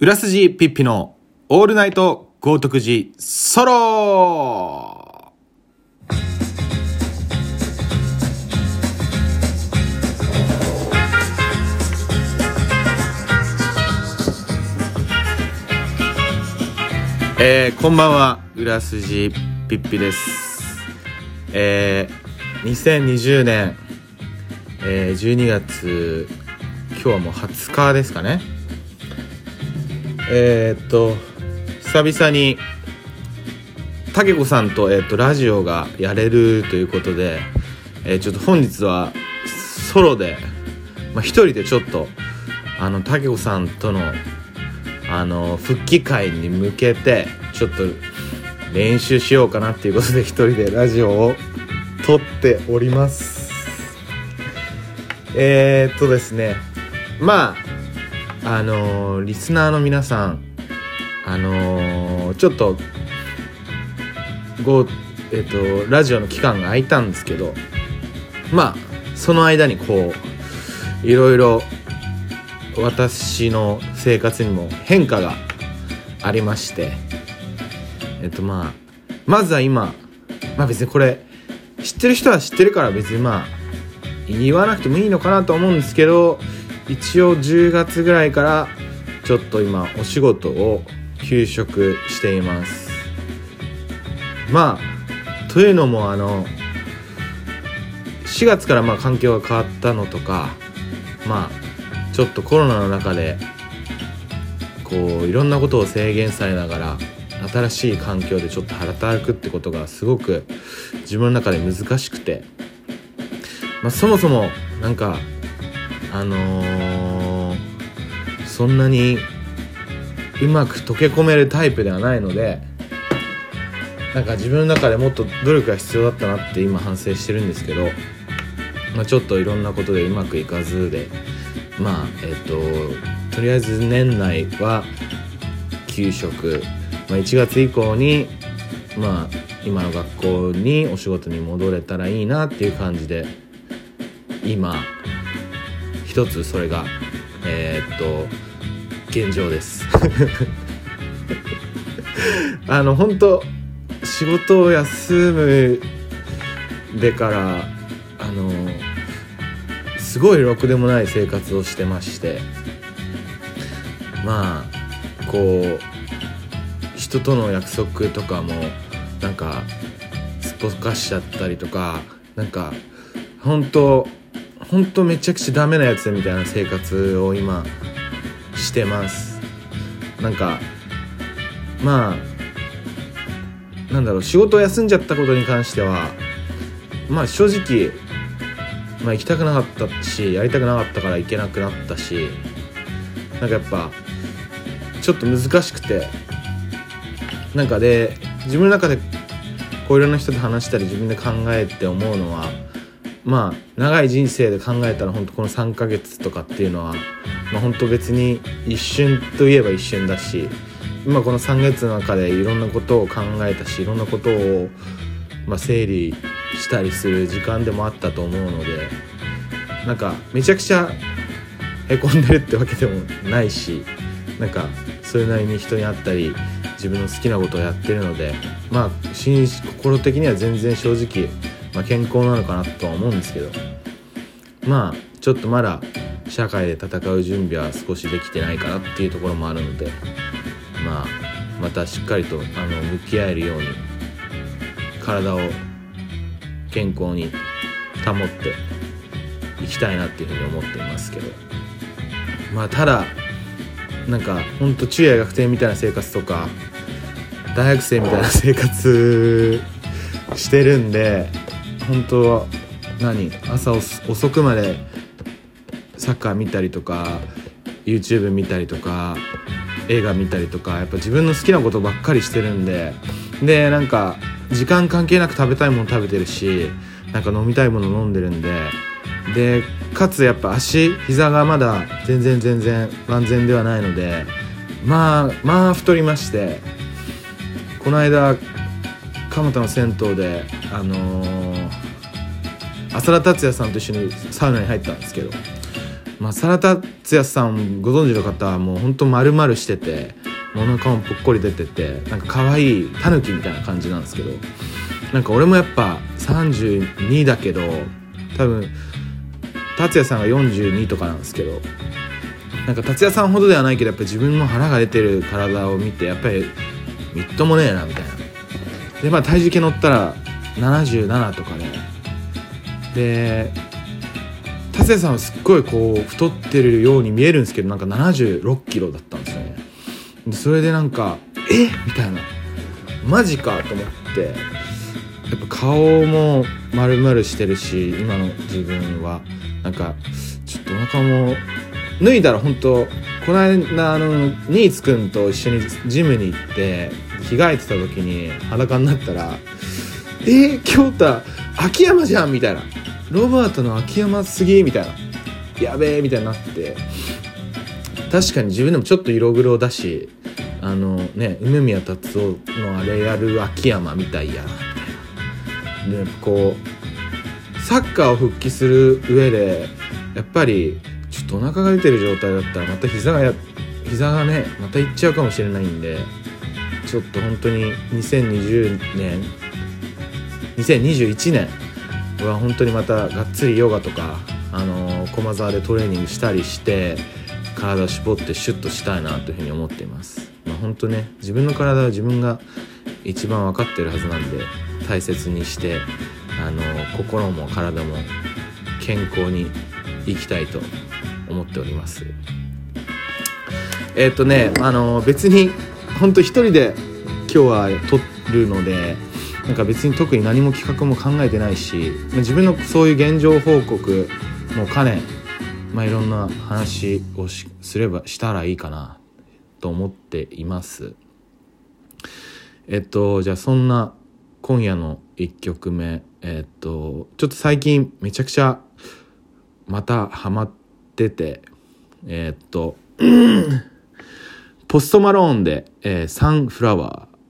裏筋ピッピのオールナイト豪徳寺ソロ。こんばんは、裏筋ピッピです。2020年、12月今日はもう20日ですかね。久々にたけこさんと、ラジオがやれるということで、ちょっと本日はソロで、一人でちょっとたけこさんとの復帰会に向けてちょっと練習しようかなっていうことで一人でラジオを撮っております。ですね、リスナーの皆さん、ちょっとラジオの期間が空いたんですけど、その間にいろいろ私の生活にも変化がありまして、まずは今、別にこれ知ってる人は知ってるから別に言わなくてもいいのかなと思うんですけど、一応10月ぐらいからちょっと今お仕事を休職しています。というのも4月から環境が変わったのとか、ちょっとコロナの中でいろんなことを制限されながら新しい環境でちょっと働くってことがすごく自分の中で難しくて、そもそもそんなにうまく溶け込めるタイプではないので、自分の中でもっと努力が必要だったなって今反省してるんですけど、ちょっといろんなことでうまくいかずで、とりあえず年内は休職、1月以降に今の学校にお仕事に戻れたらいいなっていう感じで、今一つそれが現状です本当仕事を休むでからすごいろくでもない生活をしてまして、人との約束とかもすっぽかしちゃったりとか、本当めちゃくちゃダメなやつみたいな生活を今してます。仕事を休んじゃったことに関しては正直行きたくなかったし、やりたくなかったから行けなくなったし、やっぱちょっと難しくて、で自分の中でいろんな人と話したり自分で考えて思うのは、長い人生で考えたら本当この3ヶ月とかっていうのは本当別に一瞬といえば一瞬だし、今この3ヶ月の中でいろんなことを考えたし、いろんなことを整理したりする時間でもあったと思うので、めちゃくちゃへこんでるってわけでもないし、それなりに人に会ったり自分の好きなことをやってるので、心的には全然正直健康なのかなとは思うんですけど、ちょっとまだ社会で戦う準備は少しできてないかなっていうところもあるので、またしっかりと向き合えるように体を健康に保っていきたいなっていうふうに思っていますけど、ただほんと昼夜逆転みたいな生活とか大学生みたいな生活してるんで、本当は朝遅くまでサッカー見たりとか YouTube 見たりとか映画見たりとか、やっぱ自分の好きなことばっかりしてるんで、時間関係なく食べたいもの食べてるし、飲みたいもの飲んでるんで、かつやっぱ膝がまだ全然万全ではないので、太りまして、この間蒲田の銭湯で浅田達也さんと一緒にサウナに入ったんですけど、 サラ達也さんご存知の方はもうほんと丸々してて、お腹もぽっこり出てて、なんか可愛いタヌキみたいな感じなんですけど、なんか俺もやっぱ32だけど、多分達也さんが42とかなんですけど、なんか達也さんほどではないけど、やっぱ自分の腹が出てる体を見て、やっぱりみっともねえなみたいな。で体重計乗ったら77とかね。で達也さんはすっごいこう太ってるように見えるんですけど、なんか76キロだったんですよね。でそれでなんかみたいな、マジかと思って、やっぱ顔も丸々してるし、今の自分はなんかちょっとお腹も脱いだら、本当この間ニーツくんと一緒にジムに行って着替えてた時に裸になったら、京太秋山じゃんみたいな、ロバートの秋山すぎみたいな、やべえみたいになって、確かに自分でもちょっと色黒だし、梅宮達夫のあれやる秋山みたいやなみたいな。でこうサッカーを復帰する上でやっぱりちょっとお腹が出てる状態だったら、また膝がねまたいっちゃうかもしれないんで、ちょっと本当に2021年は本当にまたがっつりヨガとか駒沢でトレーニングしたりして、体を絞ってシュッとしたいなというふうに思っています。本当ね、自分の体は自分が一番分かってるはずなんで、大切にして心も体も健康に生きたいと思っております。別に本当一人で今日は撮るので、なんか別に特に何も企画も考えてないし、自分のそういう現状報告も兼ね、いろんな話をしたらいいかなと思っています。じゃあそんな今夜の1曲目、ちょっと最近めちゃくちゃまたハマってて、ポストマローンで、サンフラワー。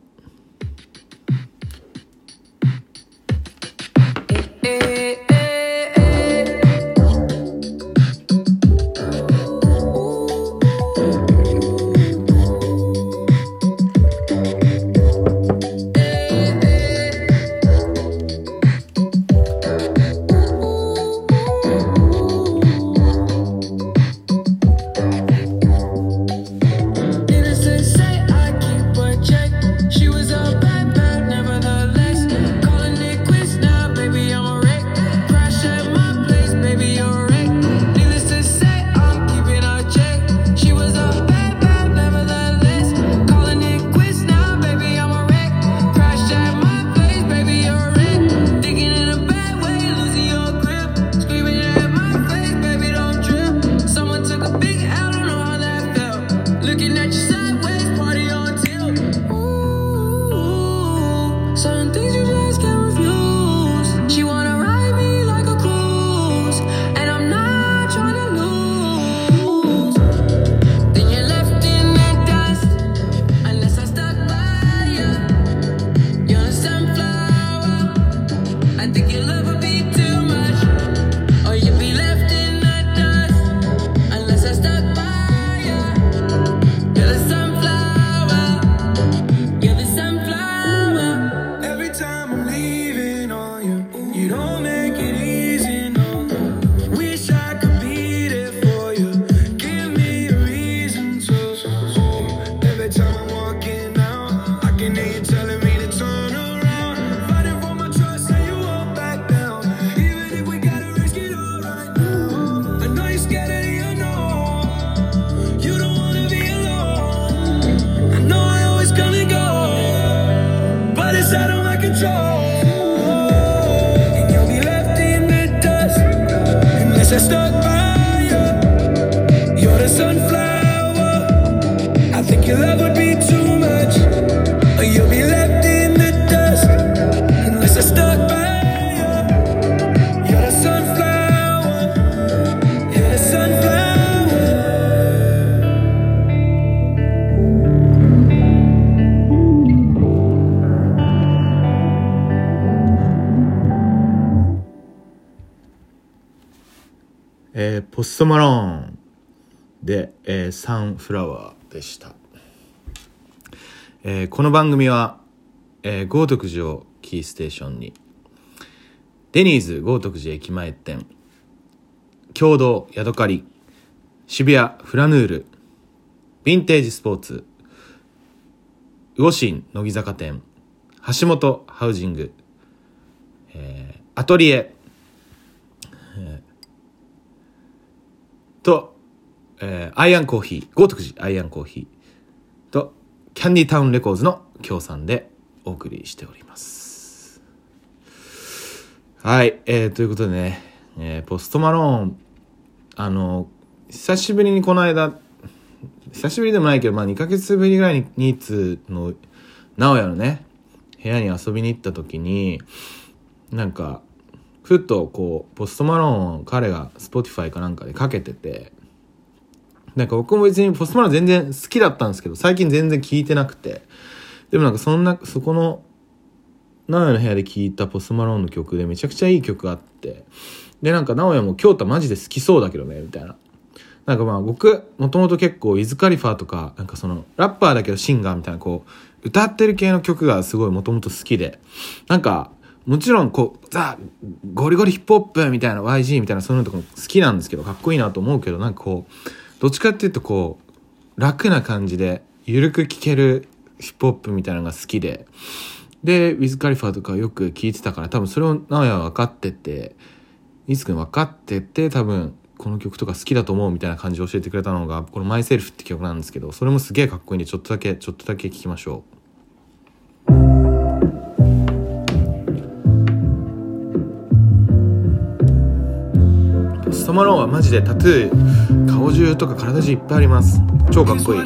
Innocent say I keep a check. ポストマローンで、サンフラワーでした。この番組は、豪徳寺をキーステーションにデニーズ豪徳寺駅前店、共同ヤドカリ、渋谷フラヌール、ヴィンテージスポーツ、魚心乃木坂店、橋本ハウジング、アトリエ、と、アイアンコーヒー、豪徳寺アイアンコーヒーとキャンディタウンレコーズの協賛でお送りしております。はい、ということでね、ポストマローン、久しぶりにこの間、久しぶりでもないけど、2ヶ月ぶりぐらいにニーツの直哉のね部屋に遊びに行った時に、なんかふっとこうポストマローンを彼が Spotify かなんかでかけてて、なんか僕も別にポストマローン全然好きだったんですけど、最近全然聞いてなくて、でもなんかそこの直哉の部屋で聴いたポストマローンの曲でめちゃくちゃいい曲があって、でなんか直哉も京太マジで好きそうだけどねみたいな、なんか僕もともと結構ウィズカリファーとかなんかそのラッパーだけどシンガーみたいなこう歌ってる系の曲がすごいもともと好きで、なんかもちろんこうゴリゴリヒップホップみたいな YG みたいなそういうのとかも好きなんですけど、かっこいいなと思うけど、なんかこうどっちかっていうとこう楽な感じでゆるく聴けるヒップホップみたいなのが好きで、でウィズカリファーとかよく聴いてたから、多分それを直哉は分かってて、いつくん分かってて、多分この曲とか好きだと思うみたいな感じを教えてくれたのがこのマイセルフって曲なんですけど、それもすげえかっこいいんでちょっとだけ聴きましょう。ポストマローンはマジでタトゥー顔中とか体中いっぱいあります。超かっこいい。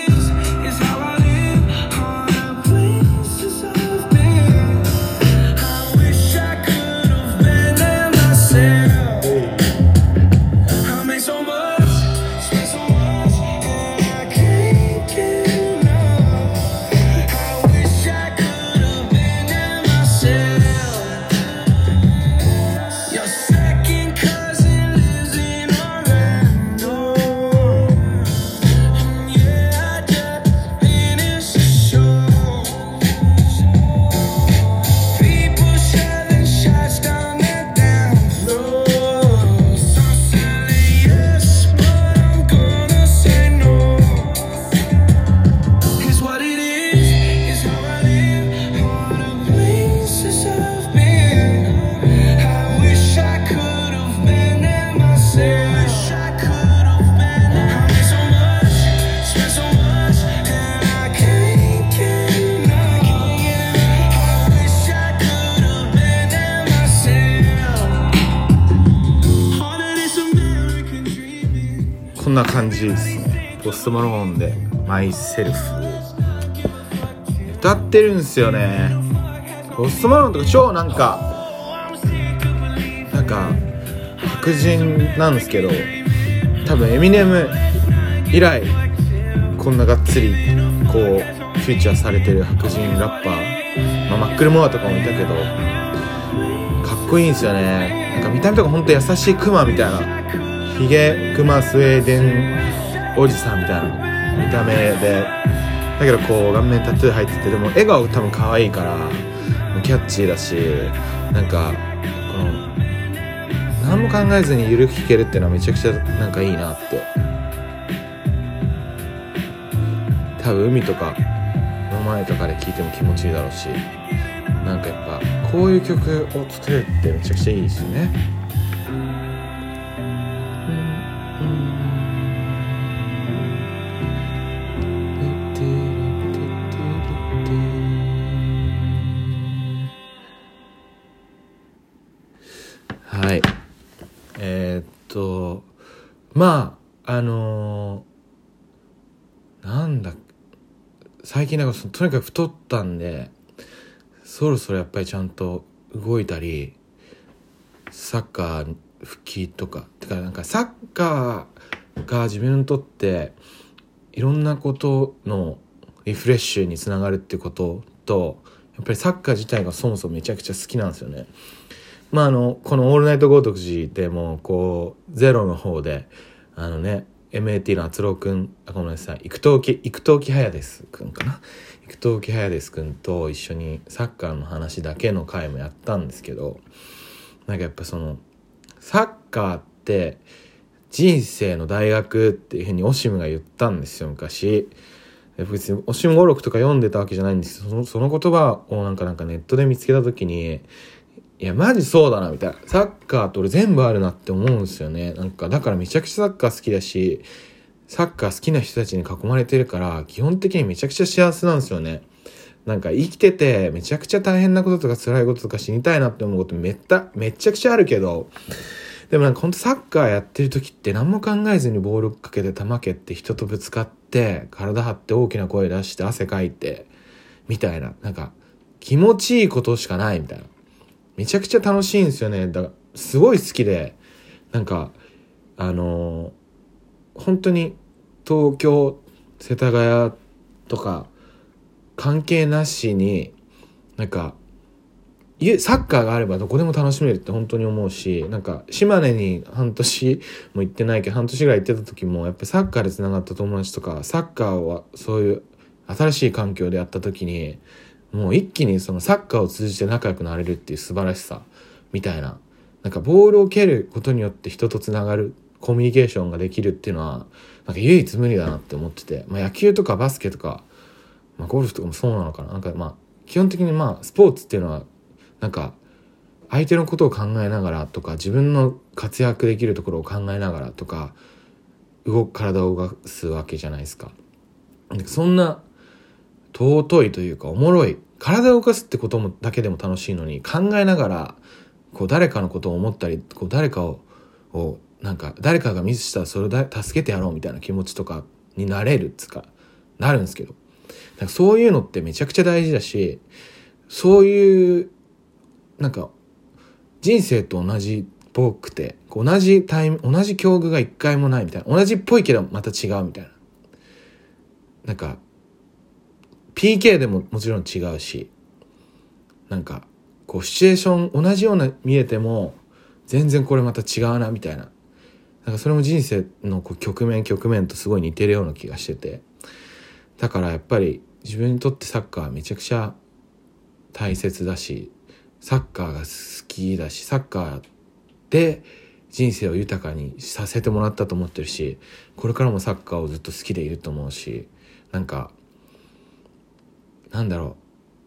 こんな感じですね。ポストマローンでマイセルフ歌ってるんすよね。ポストマローンとか超なんか白人なんですけど、多分エミネム以来こんながっつりこうフィーチャーされてる白人ラッパー、マックルモアとかもいたけどかっこいいんですよね。なんか見た目とかほんと優しいクマみたいな、ヒゲクマスウェーデンおじさんみたいな見た目で、だけどこう顔面タトゥー入ってて、でも笑顔多分可愛いからキャッチーだし、なんかこの何も考えずにゆるく聴けるっていうのはめちゃくちゃなんかいいなって。多分海とかの前とかで聴いても気持ちいいだろうし、なんかやっぱこういう曲を作れるってめちゃくちゃいいですよね。はい。なんだ、最近なんかとにかく太ったんで、そろそろやっぱりちゃんと動いたり、サッカー復帰とか、てかなんかサッカーが自分にとっていろんなことのリフレッシュにつながるってことと、やっぱりサッカー自体がそもそもめちゃくちゃ好きなんですよね。 この「オールナイト豪徳寺」でもこうゼロの方でMAT の敦郎くん、ごめんなさい、生藤木隼ですくんかな、生藤木隼ですくんと一緒にサッカーの話だけの回もやったんですけど、なんかやっぱそのサッカーって人生の大学っていうふうにオシムが言ったんですよ、昔。別にオシム語録とか読んでたわけじゃないんですけど、その言葉をなんかネットで見つけた時に、いやマジそうだなみたいな、サッカーって俺全部あるなって思うんですよね。なんかだからめちゃくちゃサッカー好きだし、サッカー好きな人たちに囲まれてるから基本的にめちゃくちゃ幸せなんですよね。なんか生きててめちゃくちゃ大変なこととか辛いこととか死にたいなって思うことめちゃくちゃあるけど、でもなんかほんとサッカーやってる時って何も考えずにボールかけて球蹴って人とぶつかって体張って大きな声出して汗かいてみたいな、なんか気持ちいいことしかないみたいな、めちゃくちゃ楽しいんですよね。だからすごい好きで、なんか本当に東京世田谷とか関係なしになんかサッカーがあればどこでも楽しめるって本当に思うし、なんか島根に半年も行ってないけど半年ぐらい行ってた時もやっぱりサッカーでつながった友達とか、サッカーはそういう新しい環境でやった時にもう一気にそのサッカーを通じて仲良くなれるっていう素晴らしさみたいな、なんかボールを蹴ることによって人とつながるコミュニケーションができるっていうのはなんか唯一無二だなって思ってて、野球とかバスケとか、ゴルフとかもそうなのかな。なんか基本的にスポーツっていうのはなんか相手のことを考えながらとか、自分の活躍できるところを考えながらとか体を動かすわけじゃないですか。そんな尊いというかおもろい、体を動かすってこともだけでも楽しいのに、考えながらこう誰かのことを思ったり、こう誰かをなんか誰かがミスしたらそれを助けてやろうみたいな気持ちとかになれるっつかなるんですけど、なんかそういうのってめちゃくちゃ大事だし、そういうなんか人生と同じっぽくて、同じ境遇が一回もないみたいな、同じっぽいけどまた違うみたいな、なんか PK でももちろん違うし、なんかこうシチュエーション同じような見えても全然これまた違うなみたいな、なんかそれも人生のこう局面とすごい似てるような気がしてて、だからやっぱり自分にとってサッカーはめちゃくちゃ大切だし、サッカーが好きだし、サッカーで人生を豊かにさせてもらったと思ってるし、これからもサッカーをずっと好きでいると思うし、なんかなんだろ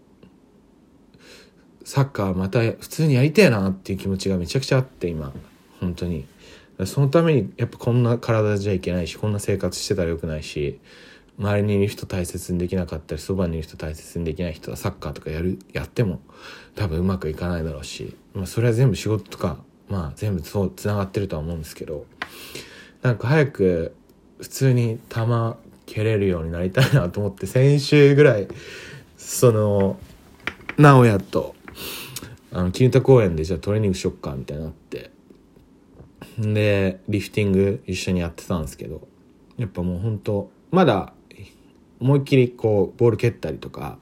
う、サッカーまた普通にやりたいなっていう気持ちがめちゃくちゃあって、今本当にそのためにやっぱこんな体じゃいけないし、こんな生活してたらよくないし、周りにいる人大切にできなかったり、そばにいる人大切にできない人はサッカーとかやっても多分うまくいかないだろうし、それは全部仕事とか全部そうつながってるとは思うんですけど、なんか早く普通に球蹴れるようになりたいなと思って、先週ぐらい直哉と金田公園でじゃあトレーニングしよっかみたいになって、でリフティング一緒にやってたんですけど、やっぱもう本当まだ思いっきりこうボール蹴ったりとか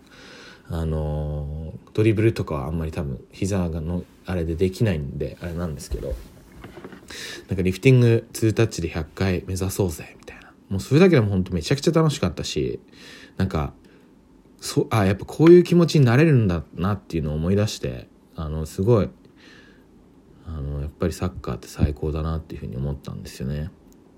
ドリブルとかはあんまり多分膝のあれでできないんであれなんですけど、なんかリフティング2タッチで100回目指そうぜみたいな、もうそれだけでも本当めちゃくちゃ楽しかったし、なんかやっぱこういう気持ちになれるんだなっていうのを思い出して、すごいやっぱりサッカーって最高だなっていうふうに思ったんですよね。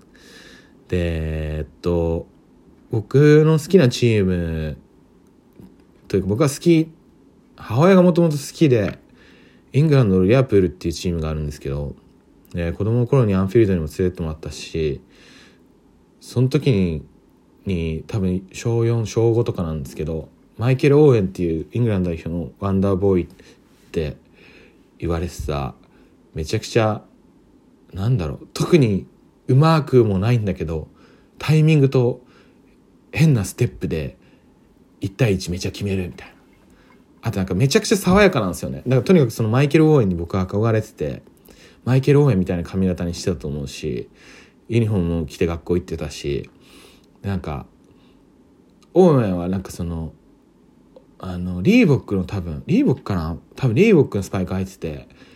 で僕の好きなチームというか、僕は母親がもともと好きでイングランドのリアプールっていうチームがあるんですけど、子供の頃にアンフィールドにも連れてってもらったし、その時に多分小4小5とかなんですけど、マイケル・オーウェンっていうイングランド代表のワンダーボーイって言われてた、めちゃくちゃ特にうまくもないんだけどタイミングと変なステップで1対1めちゃ決めるみたいな、あとなんかめちゃくちゃ爽やかなんですよね。だからとにかくそのマイケル・オーウェンに僕は憧れてて、マイケル・オーウェンみたいな髪型にしてたと思うし、ユニフォームも着て学校行ってたし、なんかオーウェンはなんかリーボックのリーボックのスパイク履いてて、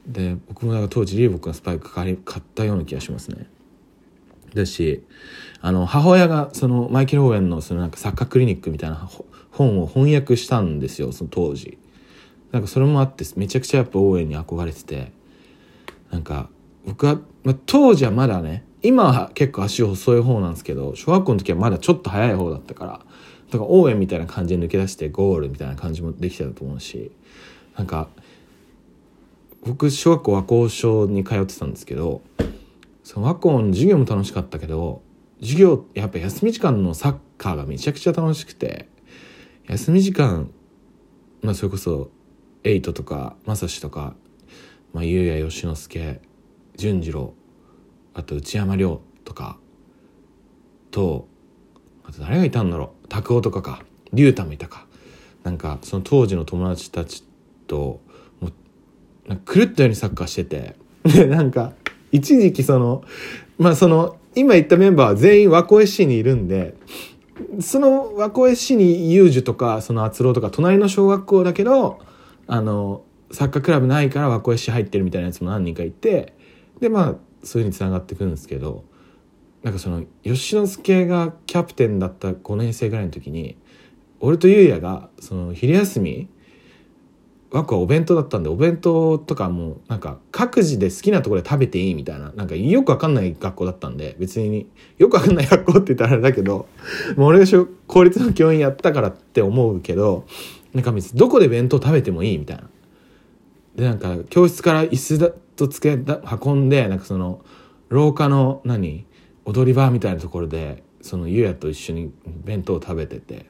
で僕もなんか当時リーボックのスパイク買ったような気がしますね。だし母親がそのマイケル・オーウェンのそのなんかサッカークリニックみたいな本を翻訳したんですよ、その当時。なんかそれもあってめちゃくちゃやっぱオーウェンに憧れてて、なんか僕は、当時はまだね、今は結構足細い方なんですけど、小学校の時はまだちょっと速い方だったから、だからオーウェンみたいな感じで抜け出してゴールみたいな感じもできてたと思うし、なんか僕小学校和光小に通ってたんですけど、その和光の授業も楽しかったけど、授業やっぱ休み時間のサッカーがめちゃくちゃ楽しくて、休み時間それこそエイトとかまさしとか、ゆうや吉之助、淳次郎、あと内山亮とかと、あと誰がいたんだろう、拓夫とかか、龍太もいたか、なんかその当時の友達たちともうなんか狂ったようにサッカーしてて、でなんか一時期その今言ったメンバーは全員和光 SC にいるんで、その和光 SC に雄樹とかその厚郎とか隣の小学校だけどサッカークラブないから和光 SC 入ってるみたいなやつも何人かいて、でそういう風につながってくるんですけど、なんかその吉之助がキャプテンだった5年生ぐらいの時に、俺とゆうやがその昼休み、和光はお弁当だったんで、お弁当とかもなんか各自で好きなところで食べていいみたいな、なんかよくわかんない学校だったんで、別によくわかんない学校って言ったらあれだけど、もう俺が公立の教員やったからって思うけど、なんか別にどこで弁当食べてもいいみたいな。でなんか教室から椅子と机運んで、なんかその廊下の踊り場みたいなところでそのゆうやと一緒に弁当を食べてて、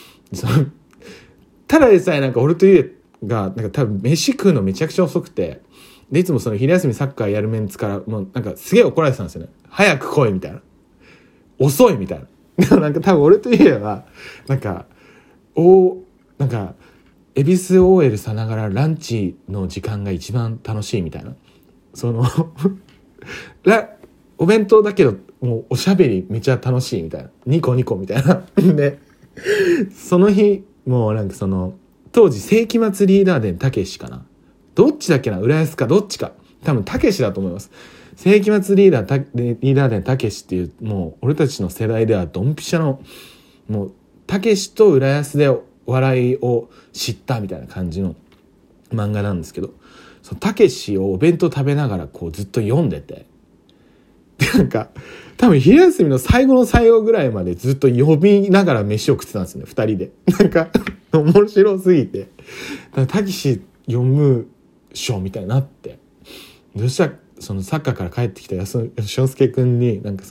ただでさえなんか俺とゆうやがなんか多分飯食うのめちゃくちゃ遅くて、でいつもその昼休みサッカーやるメンツからもうなんかすげえ怒られてたんですよね。早く来いみたいな、遅いみたいな。でもなんか多分俺とゆうやはなんか恵比寿 OL さながらランチの時間が一番楽しいみたいな、そのお弁当だけどもうおしゃべりめちゃ楽しいみたいな、ニコニコみたいなでその日もうなんかその当時世紀末リーダー伝たけしかな、どっちだっけな、浦安かどっちか、多分たけしだと思います。世紀末リーダー伝たけしっていう、もう俺たちの世代ではドンピシャのもうたけしと浦安で笑いを知ったみたいな感じの漫画なんですけど、そのたけしをお弁当食べながらこうずっと読んでて、でなんか多分昼休みの最後の最後ぐらいまでずっと読みながら飯を食ってたんですよね、2人で。なんか面白すぎて、たけし読むしょみたいになって、そしたらそのサッカーから帰ってきた吉之助くんになんか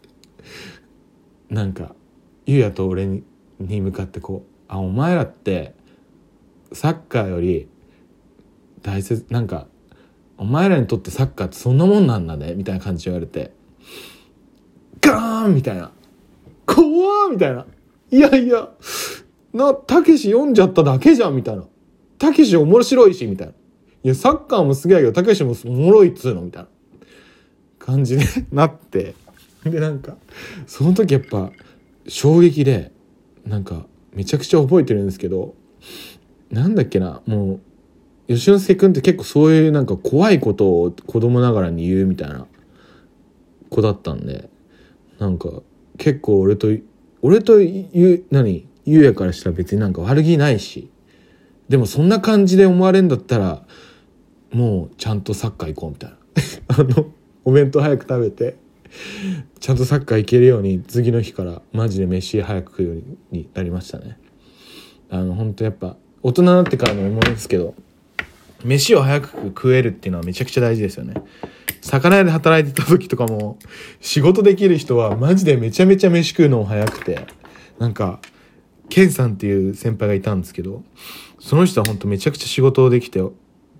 ゆうやと俺に向かってこう、お前らってサッカーより大切、なんかお前らにとってサッカーってそんなもんなんだねみたいな感じで言われて、ガーンみたいな、怖ーみたいな、いやいやたけし読んじゃっただけじゃんみたいな、たけし面白いしみたいな、いやサッカーもすげえけどたけしもおもろいっつうのみたいな感じでなって、でなんかその時やっぱ衝撃で、なんかめちゃくちゃ覚えてるんですけど、なんだっけな、もう吉之助くんって結構そういうなんか怖いことを子供ながらに言うみたいな子だったんで、なんか結構俺とゆうやからしたら別になんか悪気ないし、でもそんな感じで思われるんだったらもうちゃんとサッカー行こうみたいなお弁当早く食べてちゃんとサッカー行けるように次の日からマジで飯早く食うようになりましたね。本当やっぱ大人になってからの思いですけど、飯を早く食えるっていうのはめちゃくちゃ大事ですよね。魚屋で働いてた時とかも仕事できる人はマジでめちゃめちゃ飯食うのも早くて、なんかケンさんっていう先輩がいたんですけど、その人は本当めちゃくちゃ仕事できて、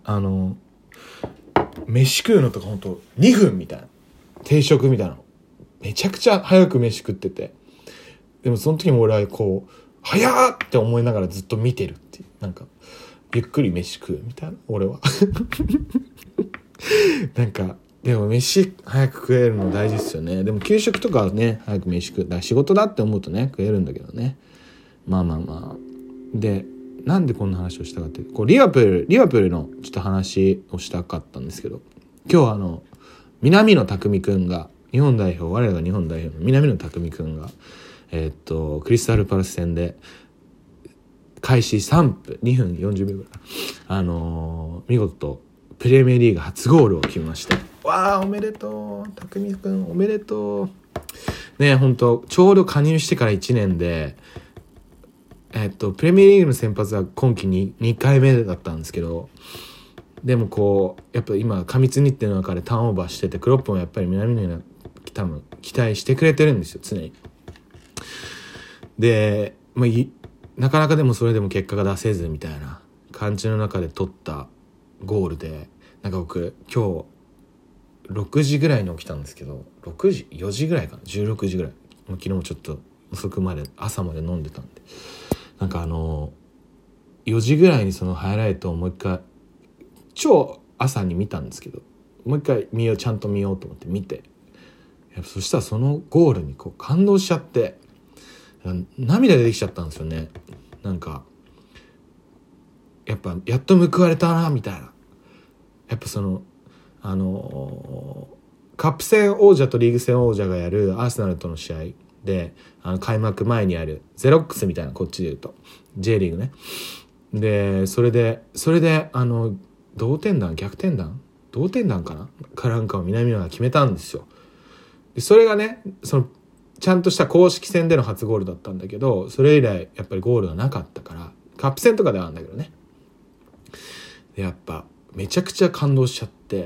飯食うのとか本当2分みたいな、定食みたいなのめちゃくちゃ早く飯食ってて、でもその時も俺はこう早ーって思いながらずっと見てるっていう、なんかゆっくり飯食うみたいな俺はなんかでも飯早く食えるの大事ですよね。でも給食とかはね早く飯食う、だから仕事だって思うとね食えるんだけどね、まあでなんでこんな話をしたかってこうリバプールのちょっと話をしたかったんですけど、今日は南野拓実くんが日本代表、我らが日本代表の南野拓実くんがクリスタルパラス戦で開始3分2分40秒ぐらい見事プレミアリーグ初ゴールを決めました。わあおめでとう拓実くん、おめでとうね。本当ちょうど加入してから1年でプレミアリーグの先発は今季に2回目だったんですけど、でもこうやっぱ今過密日程の中でターンオーバーしてて、クロップもやっぱり南野に多分期待してくれてるんですよ常に。で、なかなかでもそれでも結果が出せずみたいな感じの中で取ったゴールで、なんか僕今日6時ぐらいに起きたんですけど、4時ぐらいかな、16時ぐらい、昨日もちょっと遅くまで朝まで飲んでたんで、なんか4時ぐらいにそのハイライトをもう一回超朝に見たんですけど、もう一回ちゃんと見ようと思って見て、そしたらそのゴールにこう感動しちゃって涙出てきちゃったんですよね。なんかやっぱやっと報われたなみたいな。やっぱそのカップ戦王者とリーグ戦王者がやるアーセナルとの試合で開幕前にあるゼロックスみたいな、こっちで言うと J リーグね。でそれで同点弾かななんかを南野が決めたんですよ。でそれがねちゃんとした公式戦での初ゴールだったんだけど、それ以来やっぱりゴールがなかったから、カップ戦とかではあるんだけどね。でやっぱめちゃくちゃ感動しちゃって、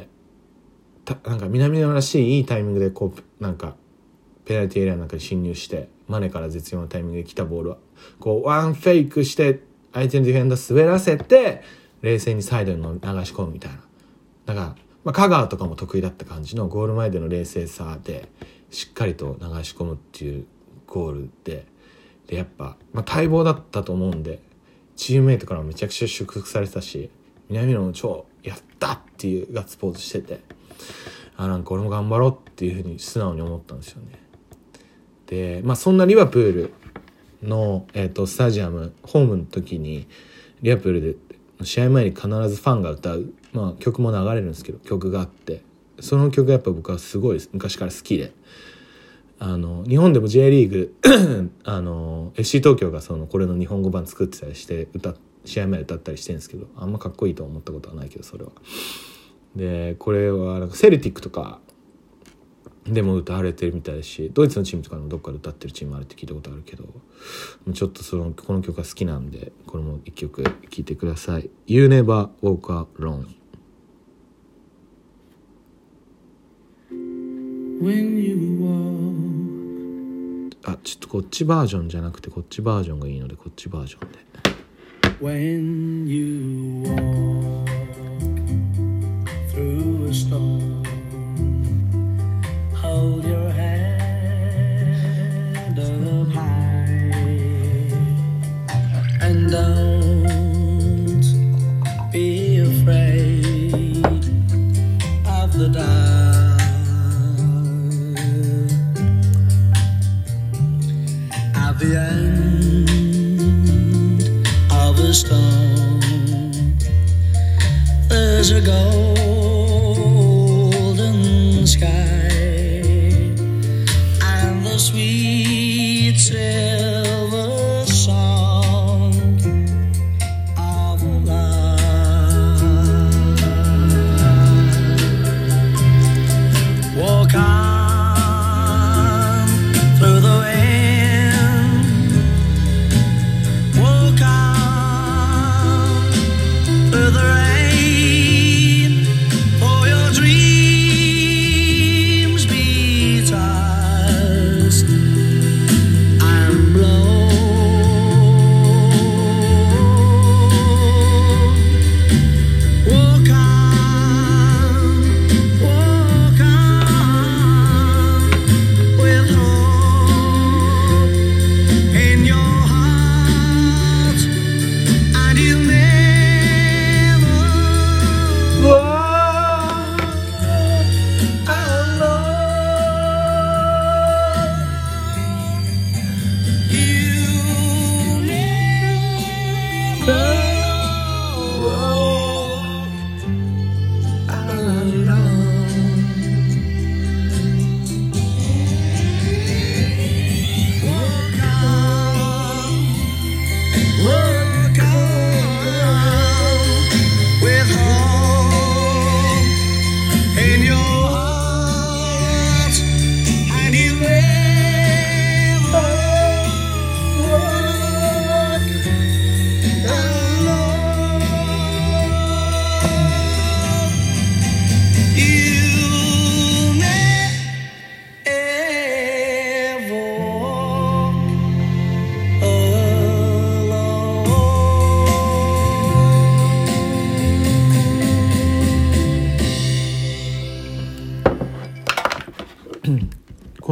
なんか南野らしいいいタイミングでこうなんかペナルティーエリアの中に侵入して、マネから絶妙なタイミングで来たボールはこうワンフェイクして相手のディフェンダー滑らせて冷静にサイドに流し込むみたいな。だから香川とかも得意だった感じのゴール前での冷静さでしっかりと流し込むっていうゴールでやっぱ、待望だったと思うんで、チームメイトからもめちゃくちゃ祝福されてたし、南野も超やったっていうガッツポーズしてて、なんか俺も頑張ろうっていうふうに素直に思ったんですよね。でそんなリバプールの、スタジアムホームの時にリバプールで試合前に必ずファンが歌う、曲も流れるんですけど、曲があって、その曲がやっぱ僕はすごい昔から好きで、日本でも J リーグFC 東京がこれの日本語版作ってたりして試合前歌ったりしてるんですけど、あんまかっこいいと思ったことはないけど、それはでこれはなんかセルティックとかでも歌われてるみたいだし、ドイツのチームとかでもどっかで歌ってるチームあるって聞いたことあるけど、ちょっとこの曲が好きなんで、これも一曲聴いてください。 You Never Walk Alone。 When you walk、 ちょっとこっちバージョンじゃなくてこっちバージョンがいいので、こっちバージョンで。 When you walk through a storm, hold your head up high and don't be afraid of the dark. At the end of a storm, there's a golden sky and the sweet silver song of love. Walk on through the wind, walk on through the rain,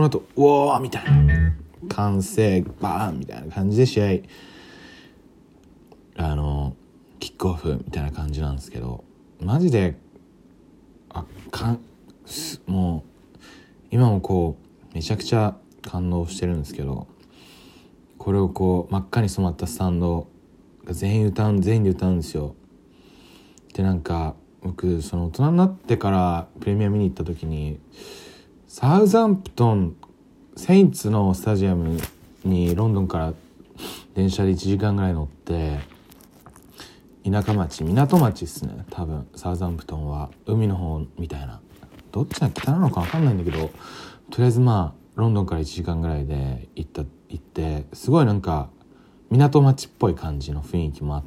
の後うおーみたいな歓声バーンみたいな感じで試合キックオフみたいな感じなんですけど、マジでもう今もこうめちゃくちゃ感動してるんですけど、これをこう真っ赤に染まったスタンドが全員で歌うんですよ。でなんか僕その大人になってからプレミア見に行った時にサウザンプトンセインツのスタジアムにロンドンから電車で1時間ぐらい乗って、田舎町港町っすね、多分サウザンプトンは海の方みたいな、どっちが北なのか分かんないんだけど、とりあえずまあロンドンから1時間ぐらいで行ってすごいなんか港町っぽい感じの雰囲気もあって、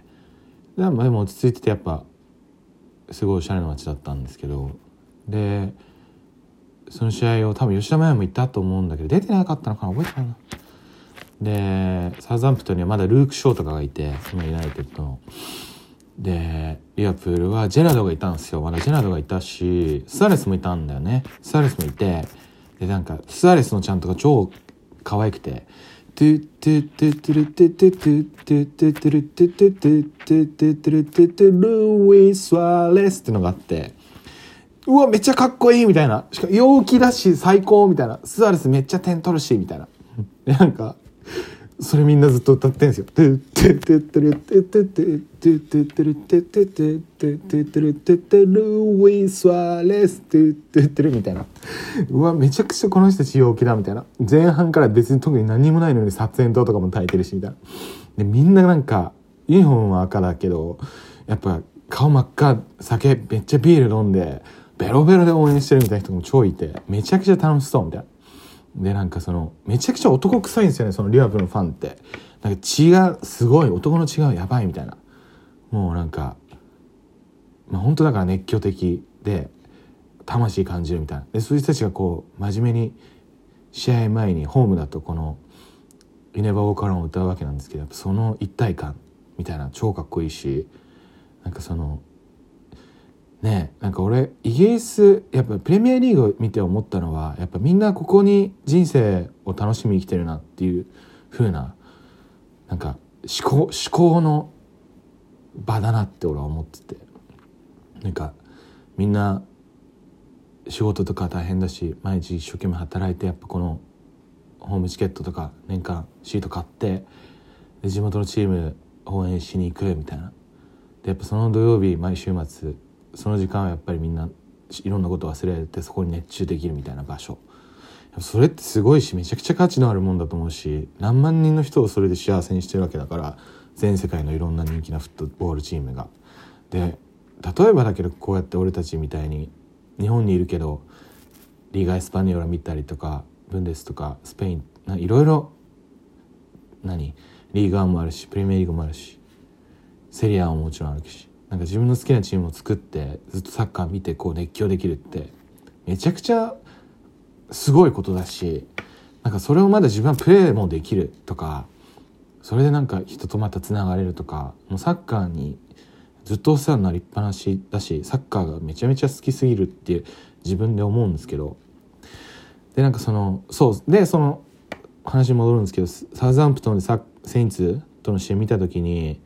でも落ち着いててやっぱすごいおしゃれな街だったんですけど、でその試合を多分吉田麻也も行ったと思うんだけど出てなかったのかな、覚えてないな。でサウザンプトンにはまだルーク・ショーとかがいて、今ユナイテッドので、リバプールはジェラードがいたんですよ。まだジェラードがいたしスアレスもいたんだよね。スアレスもいて、でなんかスアレスのちゃんとが超可愛くて、トゥトゥトゥトゥルトゥトゥトゥトゥトゥトゥルトゥトゥトゥトゥトゥトゥルトゥトゥルイス・スアレスってのがあって、うわめっちゃかっこいいみたいな、しかも陽気だし最高みたいな、スアレスめっちゃ点取るしみたいな、でなんかそれみんなずっと歌ってんですよ。トゥトゥトゥトゥルトゥトゥトゥトゥトゥトゥルトゥトゥトゥトゥトゥトゥルトゥトゥルイス・スアレストゥトゥトゥルみたいな、うわめちゃくちゃこの人たち陽気だみたいな、前半から別に特に何もないのに撮影灯とかも焚いてるしみたいな、でみんななんかユニフォームは赤だけどやっぱ顔真っ赤、酒めっちゃビール飲んでベロベロで応援してるみたいな人も超いて、めちゃくちゃ楽しそうみたいな。でなんかそのめちゃくちゃ男臭いんですよね、そのリバプールのファンって。なんか血がすごい、男の血がやばいみたいな、もうなんか本当だから熱狂的で魂感じるみたいな。でそういう人たちがこう真面目に試合前にホームだとこのユネバー・オーカロンを歌うわけなんですけど、やっぱその一体感みたいな超かっこいいし、なんかそのねえ、なんか俺イギリスやっぱプレミアリーグを見て思ったのは、やっぱみんなここに人生を楽しみに生きてるなっていう風な、なんか思考の場だなって俺は思ってて、なんかみんな仕事とか大変だし毎日一生懸命働いて、やっぱこのホームチケットとか年間シート買って、で地元のチーム応援しに行くみたいな。でやっぱその土曜日毎週末その時間はやっぱりみんないろんなこと忘れてそこに熱中できるみたいな場所、それってすごいしめちゃくちゃ価値のあるもんだと思うし、何万人の人をそれで幸せにしてるわけだから、全世界のいろんな人気なフットボールチームが。で例えばだけどこうやって俺たちみたいに日本にいるけどリーガ・エスパニョーラ見たりとかブンデスとかスペインいろいろリーガーもあるしプレミアリーグもあるしセリアももちろんあるし、なんか自分の好きなチームを作ってずっとサッカー見てこう熱狂できるってめちゃくちゃすごいことだし、なんかそれをまだ自分はプレーもできるとか、それでなんか人とまたつながれるとか、もうサッカーにずっとお世話になりっぱなしだし、サッカーがめちゃめちゃ好きすぎるって自分で思うんですけど、でなんかその話に戻るんですけど、サウザンプトンでセインツとの試合見た時に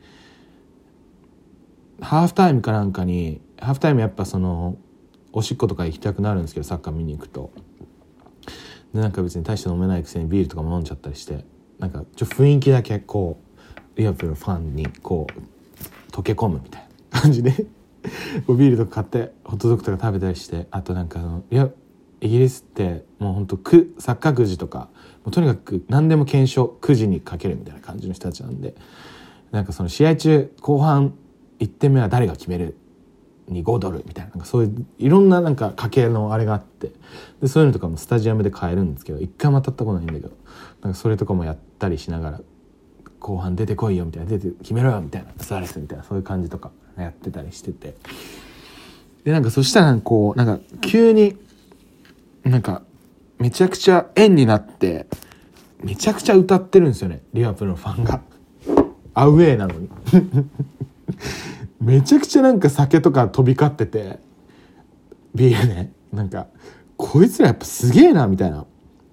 ハーフタイムかなんかに、ハーフタイムやっぱそのおしっことか行きたくなるんですけど、サッカー見に行くとでなんか別に大して飲めないくせにビールとかも飲んじゃったりして、なんか雰囲気だけこうリバプールのファンにこう溶け込むみたいな感じでこうビールとか買ってホットドッグとか食べたりして、あとなんかイギリスってもうほんとサッカーくじとかもうとにかく何でも検証くじにかけるみたいな感じの人たちなんで、なんかその試合中後半1点目は誰が決めるに5ドルみたいな、なんかそういういろんななんか家計のあれがあって、でそういうのとかもスタジアムで買えるんですけど、一回も当たったことないんだけど、なんかそれとかもやったりしながら後半出てこいよみたいな、出て決めろよみたいな、スアレスみたいな、そういう感じとかやってたりしてて、でなんかそしたらこうなんか急になんかめちゃくちゃ円になってめちゃくちゃ歌ってるんですよね、リバプールのファンがアウェーなのにめちゃくちゃなんか酒とか飛び交ってて、ビールね、なんかこいつらやっぱすげえなみたいな。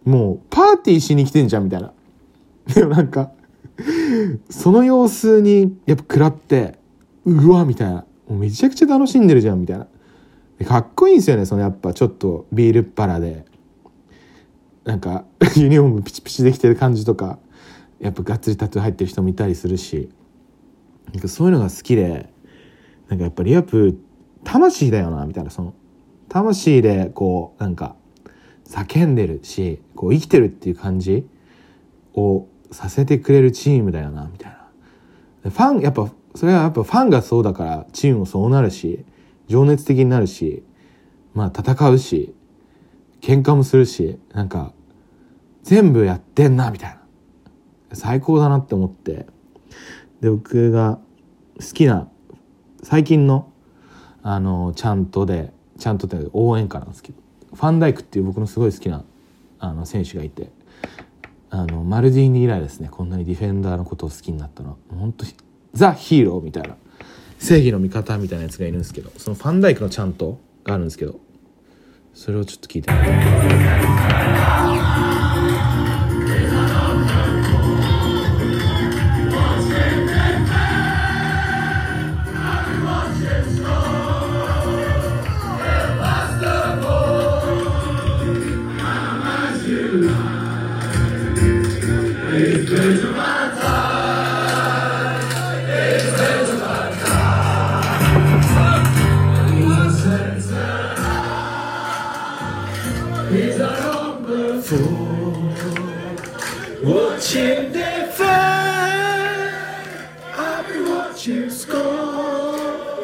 もうパーティーしに来てんじゃんみたいな。でもなんかその様子にやっぱ食らって、うわみたいな、もうめちゃくちゃ楽しんでるじゃんみたいな。でかっこいいんですよね、そのやっぱちょっとビールっ腹でなんかユニフォームピチピチできてる感じとか、やっぱがっつりタトゥー入ってる人もいたりするし、なんかそういうのが好きで、なんかやっぱリバプール魂だよなみたいな、その魂でこうなんか叫んでるし、こう生きてるっていう感じをさせてくれるチームだよなみたいな。でファンやっぱそれはやっぱファンがそうだからチームもそうなるし、情熱的になるし、まあ戦うし喧嘩もするし、なんか全部やってんなみたいな、最高だなって思って。で僕が好きな最近のチャントって応援歌なんですけど、ファンダイクっていう僕のすごい好きな選手がいて、マルディーニ以来ですね、こんなにディフェンダーのことを好きになったのは。本当ザ・ヒーローみたいな、正義の味方みたいなやつがいるんですけど、そのファンダイクのチャントがあるんですけど、それをちょっと聞いてみて。Watching the fire, I'll be watching score.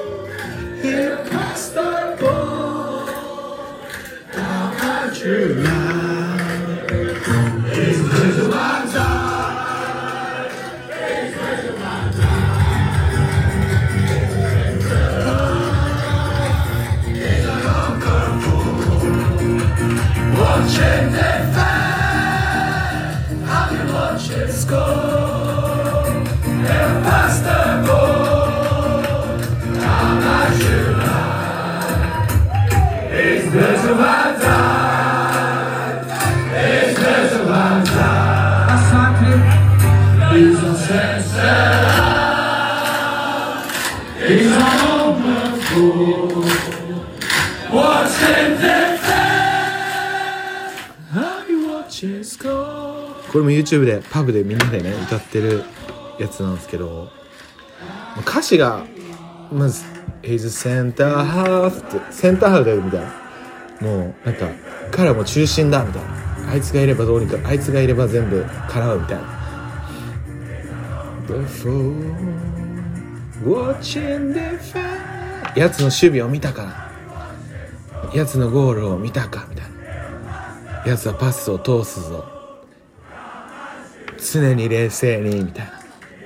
Here past the ball, how much you love. It's just one time. It's just one time. It's a long control. Watching the fire. Let's go and pass the ball. How much you love. It's just one time. It's just one time. It's a sense. It's a moment for watching the fan. How you watch it score.これも YouTube でパブでみんなでね歌ってるやつなんですけど、歌詞がまず He's center half ってセンターハーフだよみたいな、もうなんか彼はもう中心だみたいな、あいつがいればどうにか、あいつがいれば全部叶うみたいな。 Before watching the fan やつの守備を見たから、やつのゴールを見たかみたいな、やつはパスを通すぞ、常に冷静にみたいな。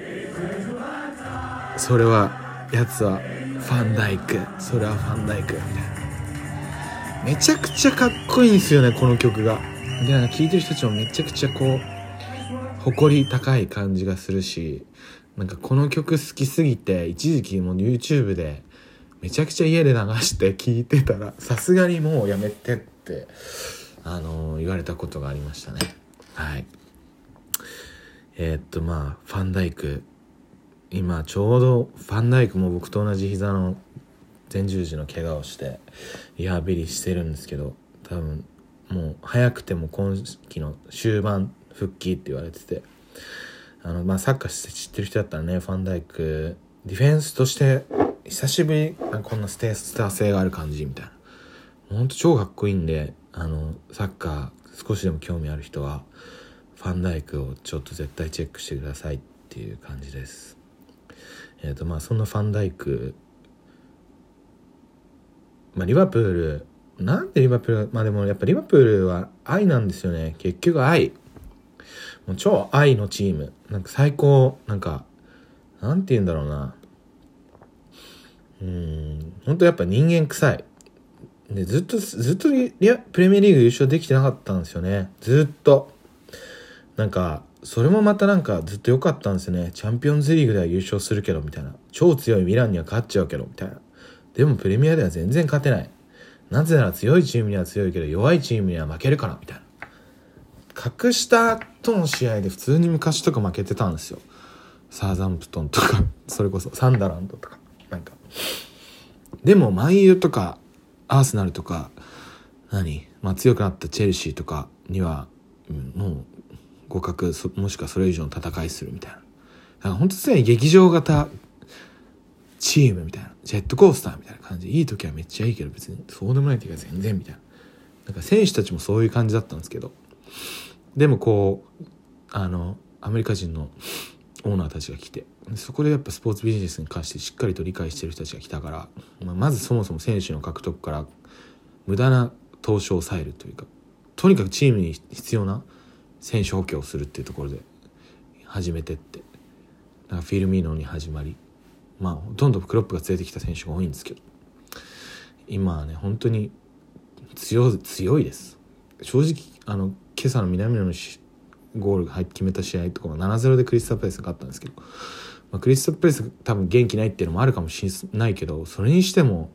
それはやつはファンダイク、それはファンダイクみたいな。めちゃくちゃかっこいいんですよねこの曲が。でなんか聴いてる人たちもめちゃくちゃこう誇り高い感じがするし、なんかこの曲好きすぎて一時期もう YouTube でめちゃくちゃ家で流して聴いてたら、さすがにもうやめてって言われたことがありましたね。はい。まあファンダイク、今ちょうどファンダイクも僕と同じ膝の前十字の怪我をしてリハビリしてるんですけど、多分もう早くても今季の終盤復帰って言われてて、まあサッカー知ってる人だったらね、ファンダイクディフェンスとして久しぶりにこんなスター性がある感じみたいな、ほんと超かっこいいんで、サッカー少しでも興味ある人はファンダイクをちょっと絶対チェックしてくださいっていう感じです。まあそんなファンダイク、まあリバプール、なんでリバプール、まあでもやっぱリバプールは愛なんですよね。結局愛、もう超愛のチーム、なんか最高、なんかなんて言うんだろうな、本当やっぱ人間臭いで、ずっとプレミアリーグ優勝できてなかったんですよね。ずっとなんかそれもまたなんかずっと良かったんですよね。チャンピオンズリーグでは優勝するけどみたいな、超強いミランには勝っちゃうけどみたいな、でもプレミアでは全然勝てない、なぜなら強いチームには強いけど弱いチームには負けるからみたいな。 格下との試合で普通に昔とか負けてたんですよ。サーザンプトンとかそれこそサンダーランドとかなんか。でもマンユーとかアーセナルとか強くなったチェルシーとかには、もう互角もしくはそれ以上の戦いするみたいな。だから本当常に劇場型チームみたいな、ジェットコースターみたいな感じで、いい時はめっちゃいいけど別にそうでもない時は全然みたいな。なんか選手たちもそういう感じだったんですけど、でもこうアメリカ人のオーナーたちが来て、そこでやっぱスポーツビジネスに関してしっかりと理解してる人たちが来たから、まずそもそも選手の獲得から無駄な投資を抑えるというか、とにかくチームに必要な選手補強をするっていうところで始めてって、だからフィルミーノに始まり、ほとんどクロップが連れてきた選手が多いんですけど、今はね本当に強いです。正直今朝の南野のゴールが決めた試合とかは 7-0 でクリスタルパレスが勝ったんですけど、クリスタルパレス多分元気ないっていうのもあるかもしれないけど、それにしても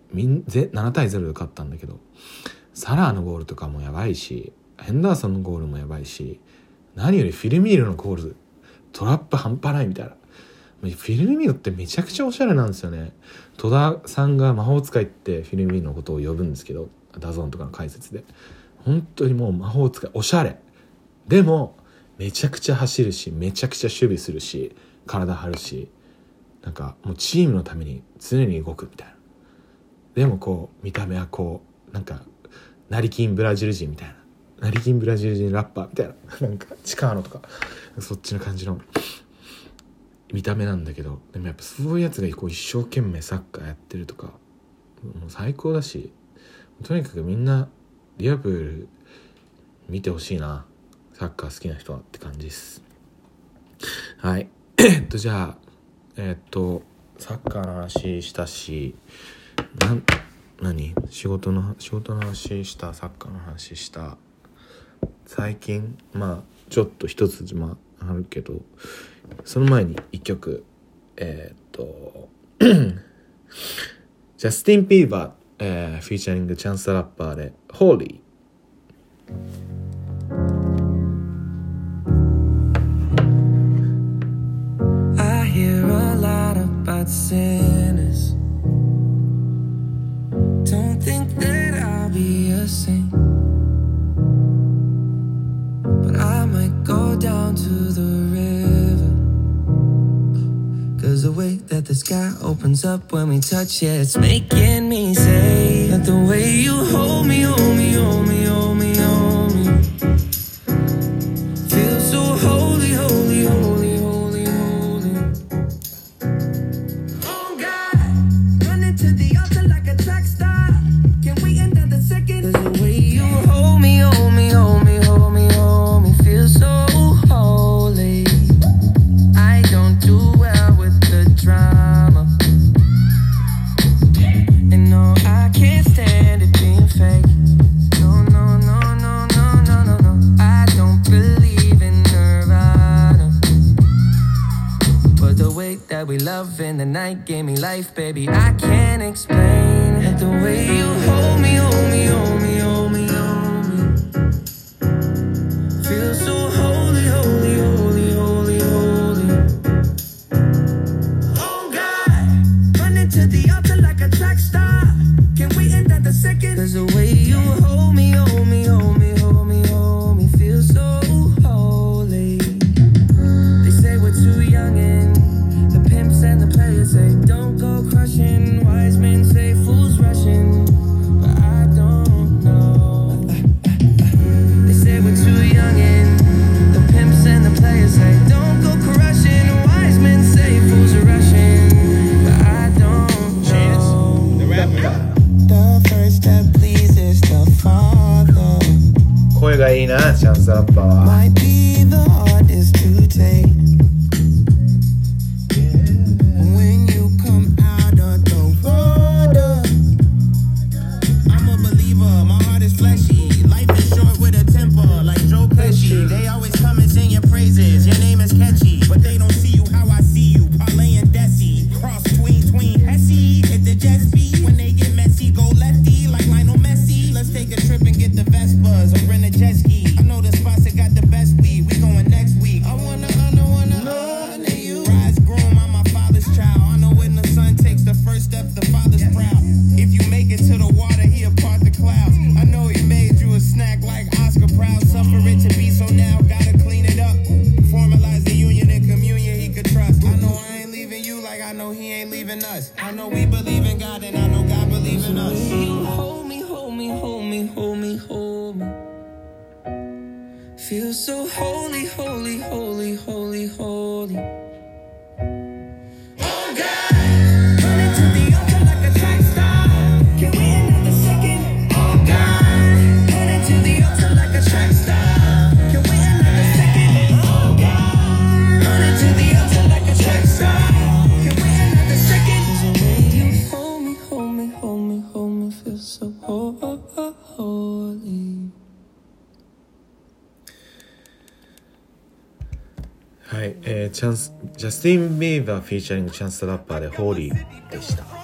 7対0で勝ったんだけど、サラーのゴールとかもやばいし、ヘンダーソンのゴールもやばいし、何よりフィルミーノのゴールトラップ半端ないみたいな。フィルミーノってめちゃくちゃおしゃれなんですよね。戸田さんが魔法使いってフィルミーノのことを呼ぶんですけど、ダゾーンとかの解説で本当にもう魔法使いおしゃれでもめちゃくちゃ走るし、めちゃくちゃ守備するし、体張るし、なんかもうチームのために常に動くみたいな。でもこう見た目はこうなんか成金ブラジル人みたいな、成金ブラジル人ラッパーみたいな、なんかチカーノとかそっちの感じの見た目なんだけど、でもやっぱそういうやつがこう一生懸命サッカーやってるとかもう最高だし、とにかくみんなリバプール見てほしいな、サッカー好きな人はって感じです。はい。じゃあサッカーの話したし、仕事の話した、サッカーの話した。最近ちょっと一つあるけど、その前に一曲ジャスティン・ビーバー、フィーチャリングチャンス・ザ・ラッパーでホーリー。 Sinners don't think that I'll be a saint, but I might go down to the river, 'cause the way that the sky opens up when we touch, yeah, it's making me say that the way you hold me, hold me, hold me, hold me, hold me, feels so holy, holy, holy. We love in the night gave me life, baby. I can't explain it. The way you hold me, hold me, hold me, hold me, hold me, feel so holy, holy, holy, holy, holy. Oh God, running to the altar like a track star. Can we end at the second? 'Cause the way you hold me, hold me, hold me, hold me, hold me, feel so holy. They say we're too young and and the players say don't go crushing, wise men say fools rushing, but I don't know. They say we're too young and the pimps and the players say don't go crushing, wise men say fools are rushing, but I don't know. The rapper. The first that pleases the Father. 声がいいな、チャンスアッパーは。 Might be the hardest to take. They always come and sing your praises. Your name is catchy, but they don't see you how I see you. Parlay and Desi, cross tween, Hesse. Hit the jet speed when they get messy. Go lefty like Lionel Messi. Let's take a trip and get the Vespas or rent a jet ski. I know the spots that got the believe in us. I know we believe in God, and I know God believe in us. You hold me, hold me, hold me, hold me, hold me. Feel so holy, holy, holy, holy, holy. Oh God, running to the altar like a track star. Can we another second? Oh God, running to the altar like a track star. Can we another second? Oh God, running to the altar like a track star. Can we another second? There's a way you hold me, hold me, hold me, hold me. Feel so holy. はい、ジャスティン・ビーバーフィーチャリングチャンス・ザ・ラッパーでホーリーでした。こ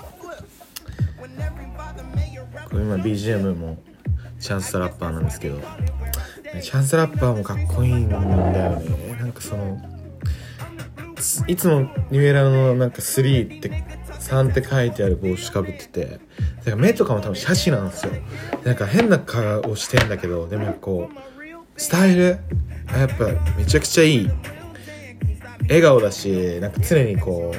れ今 BGM もチャンス・ザ・ラッパーなんですけど、チャンス・ザ・ラッパーもかっこいいんだよね。なんかそのいつもニューエラのなんか3って3って書いてある帽子かぶってて、だから目とかも多分シャチなんですよ。なんか変な顔してんだけど、でもこうスタイルやっぱめちゃくちゃいい。笑顔だし、なんか常にこう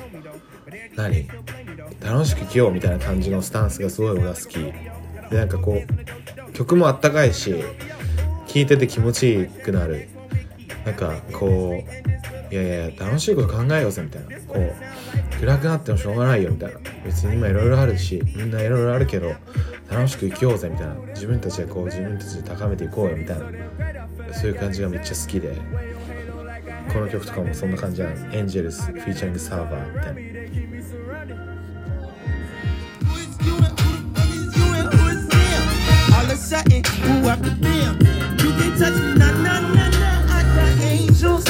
楽しく生きようみたいな感じのスタンスがすごい俺は好きで、なんかこう曲もあったかいし聴いてて気持ちいいくなる。なんかこういや楽しいこと考えようぜみたいな、こう暗くなってもしょうがないよみたいな、別に今いろいろあるしみんないろいろあるけど楽しく生きようぜみたいな、自分たちでこう自分たちで高めていこうよみたいな、そういう感じがめっちゃ好きで、この曲とかもそんな感じなの。エンジェルスフィーチャリングサーバーみたいな。 All of a sudden, ooh, after them, you can't touch me, nah, nah, nah, nah. I got angels.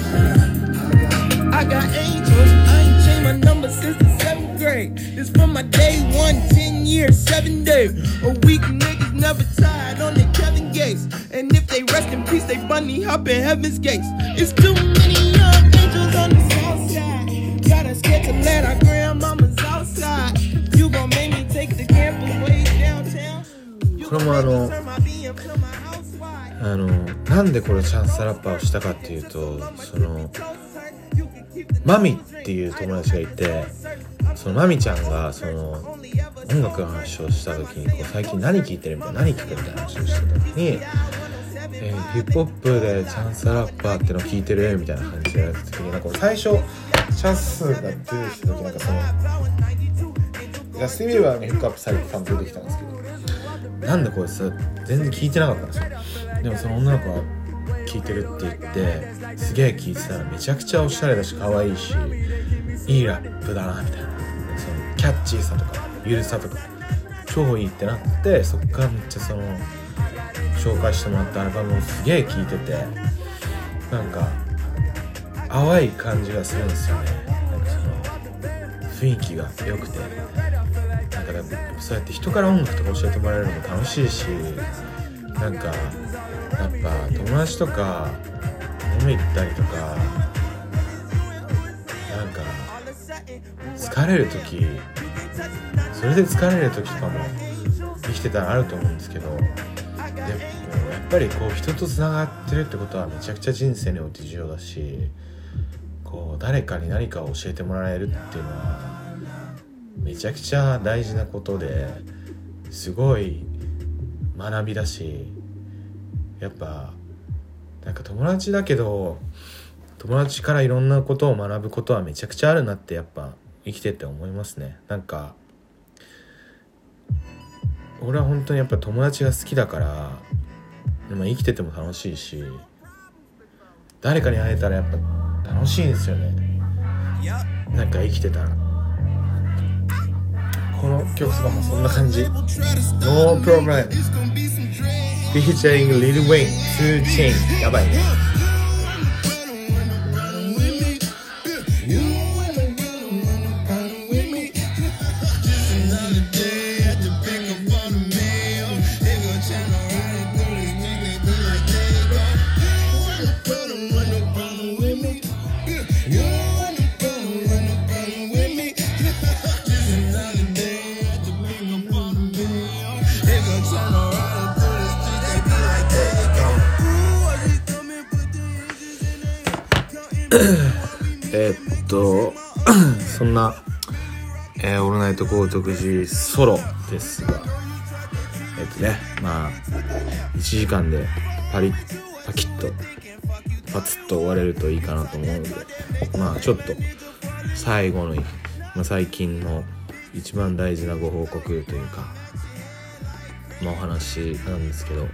I got angels. I ain't changed my number since the 7th grade. This from my day 1, 10 years, 7 days. A week, niggas never tired on the Kevin Gates. And if they rest in peace, they bunny hop in heaven's gates. It's too many young angels on the south side. Got us scared to let our grandmamas outside. You gon' make me take the campus way downtown. これもなんでこれチャンスラッパーをしたかっていうと、そのマミっていう友達がいて、そのマミちゃんがその音楽の話をした時にこう最近何聴いてるみたいな、何聴くみたいな話をした時に、ヒップホップでチャンスラッパーってのを聴いてるみたいな感じでやった時に、なんか最初チャンスが出てきた時なんかそのジャスティン・ビーバーにフックアップされて多分出てきたんですけど、なんでこれさ全然聞いてなかったんですよ。でもその女の子が聞いてるって言ってすげえ聞いてたらめちゃくちゃおしゃれだし可愛いしいいラップだなみたいな、そのキャッチーさとかゆるさとか超いいってなって、そっからめっちゃその紹介してもらったアルバムをすげえ聴いてて、なんか淡い感じがするんですよね。なんかその雰囲気が良くて、なんかそうやって人から音楽とか教えてもらえるのも楽しいし、なんかやっぱ友達とか飲み行ったりとか、なんか疲れる時、それで疲れる時とかも生きてたらあると思うんですけど、やっぱりこう人とつながってるってことはめちゃくちゃ人生において重要だし、こう誰かに何かを教えてもらえるっていうのはめちゃくちゃ大事なことで、すごい学びだし、やっぱなんか友達だけど友達からいろんなことを学ぶことはめちゃくちゃあるなってやっぱ生きてて思いますね。なんか俺は本当にやっぱ友達が好きだから、生きてても楽しいし、誰かに会えたらやっぱ楽しいんですよね。なんか生きてたら。この曲とかもそんな感じ。 No Problem Featuring Lil Wayne 2 Chainz やばいね。そんなオールナイト高徳寺ソロですが、まあ1時間でパキッとパツッと終われるといいかなと思うので、まあちょっと最後の、最近の一番大事なご報告というか、お話なんですけど、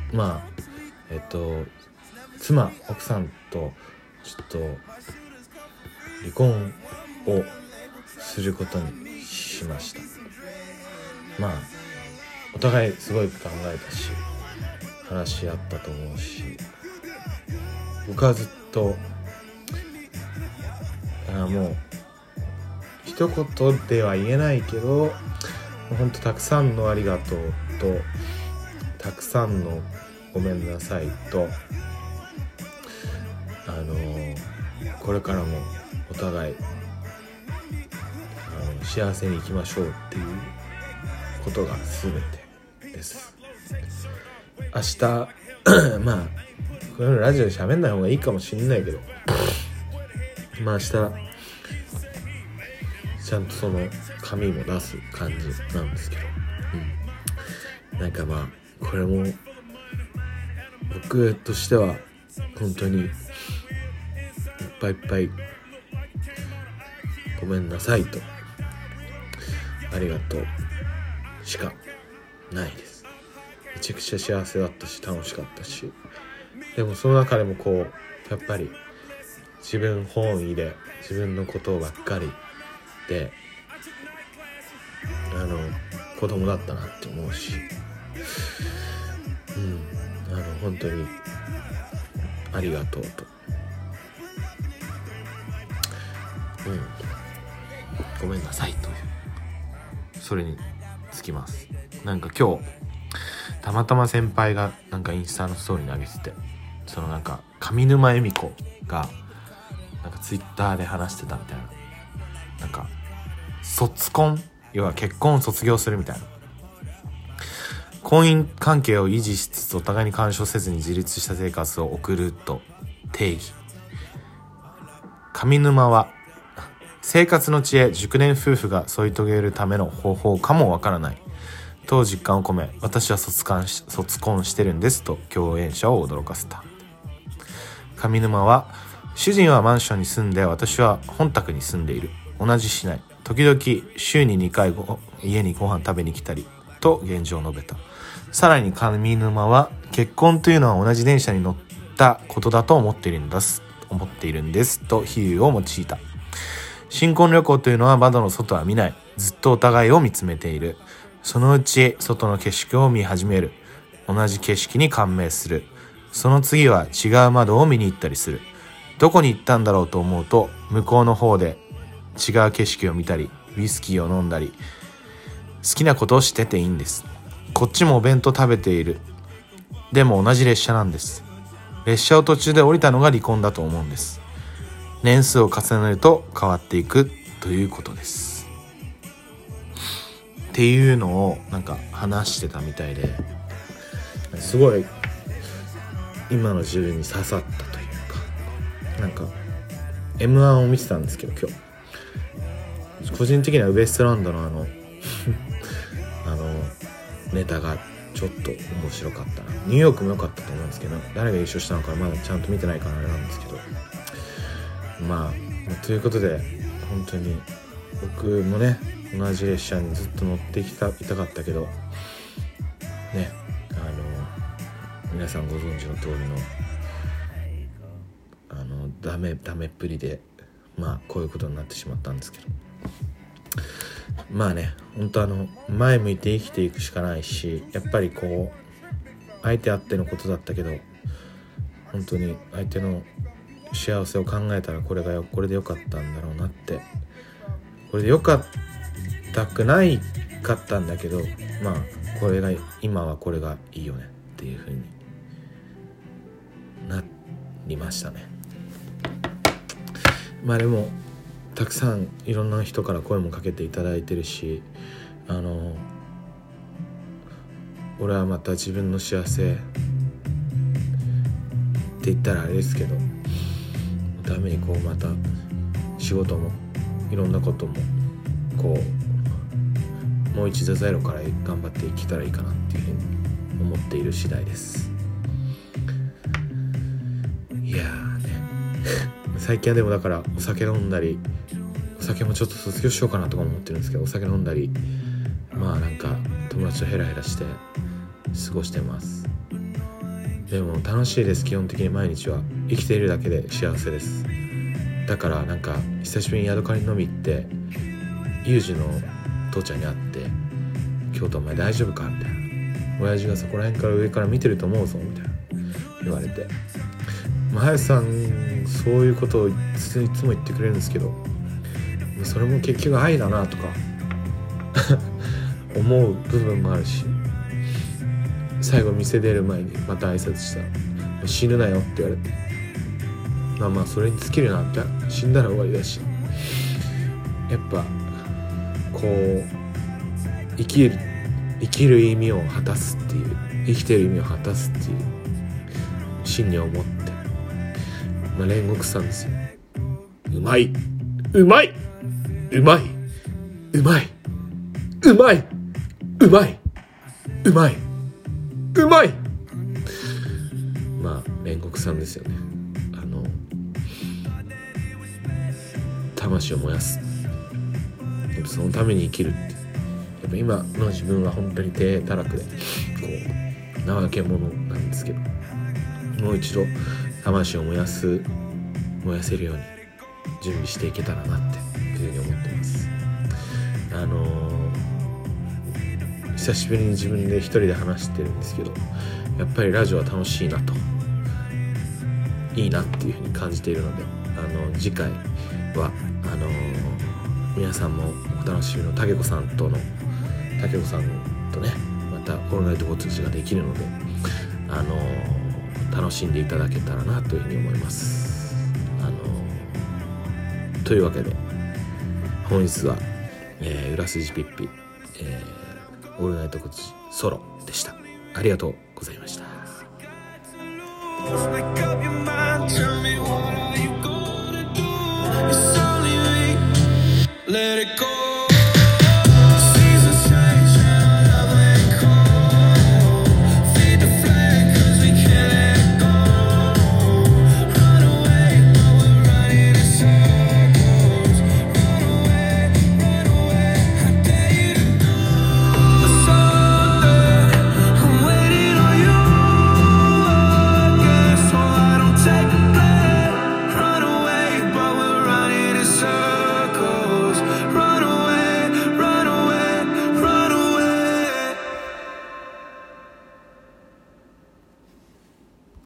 奥さんとちょっと離婚をすることにしました。お互いすごい考えたし話し合ったと思うし、僕はずっともう一言では言えないけど、ほんとたくさんのありがとうとたくさんのごめんなさいと、これからもお互い幸せに生きましょうっていうことが全てです。明日これラジオで喋んない方がいいかもしれないけど、明日ちゃんとその紙も出す感じなんですけど、これも僕としては本当にいっぱいごめんなさいとありがとうしかないです。めちゃくちゃ幸せだったし楽しかったし、でもその中でもやっぱり自分本位で自分のことばっかりで子供だったなって思うし、本当にありがとうと、ごめんなさいという、それにつきます。今日たまたま先輩がインスタのストーリーに上げてて、上沼恵美子がツイッターで話してたみたいな、卒婚、要は結婚を卒業するみたいな、婚姻関係を維持しつつお互いに干渉せずに自立した生活を送ると定義。上沼は生活の知恵、熟年夫婦が添い遂げるための方法かもわからないと実感を込め、私は卒婚してるんですと共演者を驚かせた。上沼は、主人はマンションに住んで私は本宅に住んでいる、同じ市内、時々週に2回家にご飯食べに来たりと現状を述べた。さらに上沼は、結婚というのは同じ電車に乗ったことだと思っているんですと比喩を用いた。新婚旅行というのは窓の外は見ない、ずっとお互いを見つめている、そのうち外の景色を見始める、同じ景色に感銘する、その次は違う窓を見に行ったりする、どこに行ったんだろうと思うと向こうの方で違う景色を見たりウイスキーを飲んだり、好きなことをしてていいんです。こっちもお弁当食べている、でも同じ列車なんです。列車を途中で降りたのが離婚だと思うんです。年数を重ねると変わっていくということです。っていうのを話してたみたいで、すごい今の自分に刺さったというか、M1 を見てたんですけど、今日個人的にはウエストランドのネタがちょっと面白かったな。ニューヨークも良かったと思うんですけど、誰が優勝したのかまだちゃんと見てないからあれなんですけど、ということで本当に僕もね、同じ列車にずっと乗っていたかったけどね、皆さんご存知の通りのダメっぷりでこういうことになってしまったんですけど、本当前向いて生きていくしかないし、やっぱり相手あってのことだったけど、本当に相手の幸せを考えたらこれで良かったんだろうなって、これで良かったくないかったんだけど、今はこれがいいよねっていう風になりましたね。でもたくさんいろんな人から声もかけていただいてるし、俺はまた自分の幸せって言ったらあれですけど、ためにまた仕事もいろんなこともこうもう一度ゼロから頑張っていけたらいいかなっていうふうに思っている次第です。いやーね最近はでもだからお酒飲んだり、お酒もちょっと卒業しようかなとか思ってるんですけど、お酒飲んだりまあなんか友達とヘラヘラして過ごしてます。でも楽しいです。基本的に毎日は生きているだけで幸せです。だからなんか久しぶりにヤドカリ飲み行ってユージの父ちゃんに会って、京都お前大丈夫かみたいな、親父がそこら辺から上から見てると思うぞみたいな言われて、林さんそういうことをいつも言ってくれるんですけど、それも結局愛だなとか思う部分もあるし、最後店出る前にまた挨拶したら死ぬなよって言われて、まあそれに尽きるなって、死んだら終わりだし、やっぱこう生きる意味を果たすっていう、生きてる意味を果たすっていう信念を持って、煉獄さんですよ。うまいうまいうまいうまいうまいうまいうまいうまい、煉獄さんですよね。魂を燃やす、そのために生きるって、やっぱ今の自分は本当に手たらくでこう怠け者なんですけど、もう一度魂を燃やせるように準備していけたらなっていうふうに思ってます。久しぶりに自分で一人で話してるんですけど、やっぱりラジオは楽しいなと、いいなっていうふうに感じているので、次回は皆さんもお楽しみの竹子さんとねまたオールナイトゴツチができるので、楽しんでいただけたらなというふうに思います。というわけで本日は、裏筋ピッピ、オールナイトゴツチソロでした。ありがとうございました。